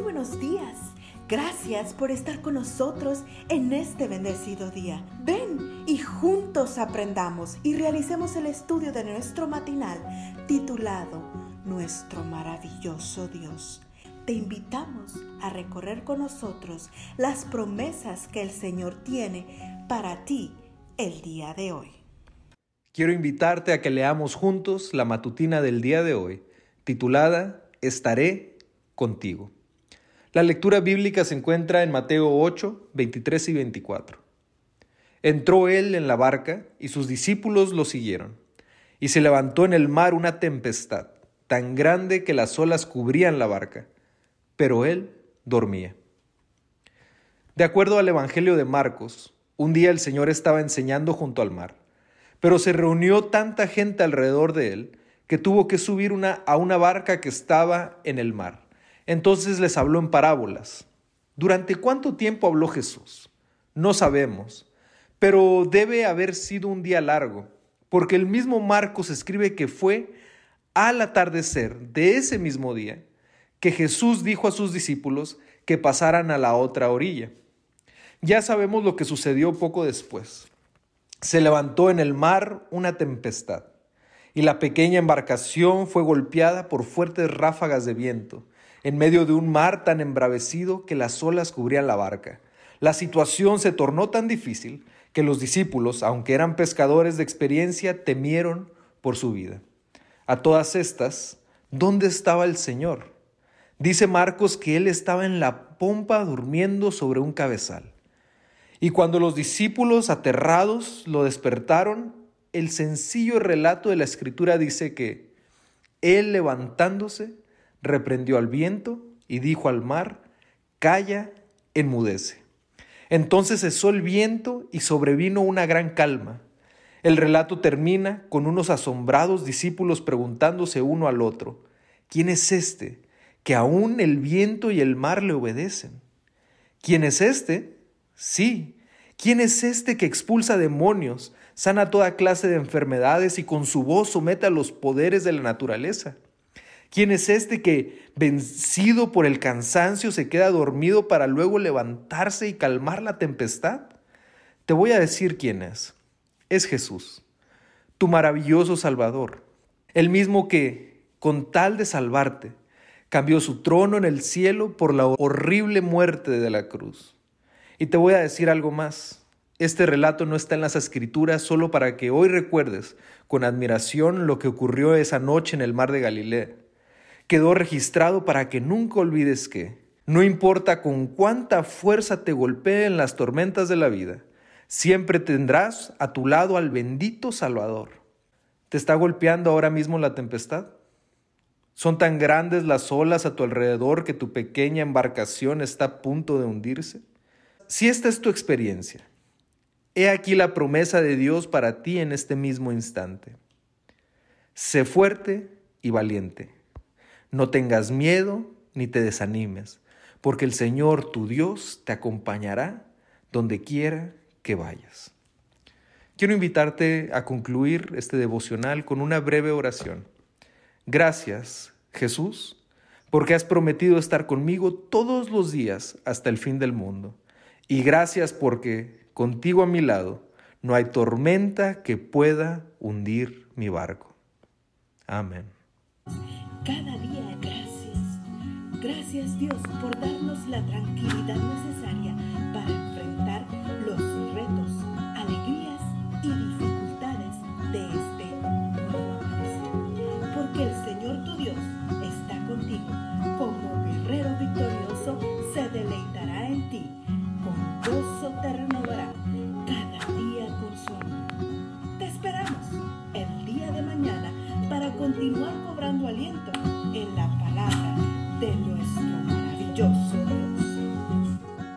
buenos días. Gracias por estar con nosotros en este bendecido día. Ven y juntos aprendamos y realicemos el estudio de nuestro matinal titulado Nuestro maravilloso Dios. Te invitamos a recorrer con nosotros las promesas que el Señor tiene para ti el día de hoy. Quiero invitarte a que leamos juntos la matutina del día de hoy, titulada Estaré contigo. La lectura bíblica se encuentra en Mateo 8, 23 y 24. Entró él en la barca y sus discípulos lo siguieron. Y se levantó en el mar una tempestad, tan grande que las olas cubrían la barca, pero él dormía. De acuerdo al Evangelio de Marcos, un día el Señor estaba enseñando junto al mar, pero se reunió tanta gente alrededor de él que tuvo que subir a una barca que estaba en el mar. Entonces les habló en parábolas. ¿Durante cuánto tiempo habló Jesús? No sabemos, pero debe haber sido un día largo, porque el mismo Marcos escribe que fue al atardecer de ese mismo día que Jesús dijo a sus discípulos que pasaran a la otra orilla. Ya sabemos lo que sucedió poco después. Se levantó en el mar una tempestad, y la pequeña embarcación fue golpeada por fuertes ráfagas de viento, en medio de un mar tan embravecido que las olas cubrían la barca. La situación se tornó tan difícil que los discípulos, aunque eran pescadores de experiencia, temieron por su vida. A todas estas, ¿dónde estaba el Señor? Dice Marcos que él estaba en la pompa durmiendo sobre un cabezal. Y cuando los discípulos, aterrados, lo despertaron, el sencillo relato de la Escritura dice que él, levantándose, reprendió al viento y dijo al mar: «Calla, enmudece». Entonces cesó el viento y sobrevino una gran calma. El relato termina con unos asombrados discípulos preguntándose uno al otro: ¿quién es este que aún el viento y el mar le obedecen? ¿Quién es este? Sí, ¿quién es este que expulsa demonios, sana toda clase de enfermedades y con su voz somete a los poderes de la naturaleza? ¿Quién es este que, vencido por el cansancio, se queda dormido para luego levantarse y calmar la tempestad? Te voy a decir quién es. Es Jesús, tu maravilloso Salvador, el mismo que, con tal de salvarte, cambió su trono en el cielo por la horrible muerte de la cruz. Y te voy a decir algo más. Este relato no está en las Escrituras solo para que hoy recuerdes con admiración lo que ocurrió esa noche en el mar de Galilea. Quedó registrado para que nunca olvides que, no importa con cuánta fuerza te golpeen las tormentas de la vida, siempre tendrás a tu lado al bendito Salvador. ¿Te está golpeando ahora mismo la tempestad? ¿Son tan grandes las olas a tu alrededor que tu pequeña embarcación está a punto de hundirse? Si esta es tu experiencia, he aquí la promesa de Dios para ti en este mismo instante. Sé fuerte y valiente. No tengas miedo ni te desanimes, porque el Señor tu Dios te acompañará donde quiera que vayas. Quiero invitarte a concluir este devocional con una breve oración. Gracias, Jesús, porque has prometido estar conmigo todos los días hasta el fin del mundo. Y gracias porque contigo a mi lado no hay tormenta que pueda hundir mi barco. Amén. Cada día gracias. Gracias Dios por darnos la tranquilidad necesaria para enfrentar los retos, alegrías y dificultades de este nuevo amanecer. Porque el Señor tu Dios está contigo. Como guerrero victorioso se deleitará en ti. Con gozo te renovará cada día con su amor. Te esperamos el día de mañana para continuar cobrando aliento en la palabra de nuestro maravilloso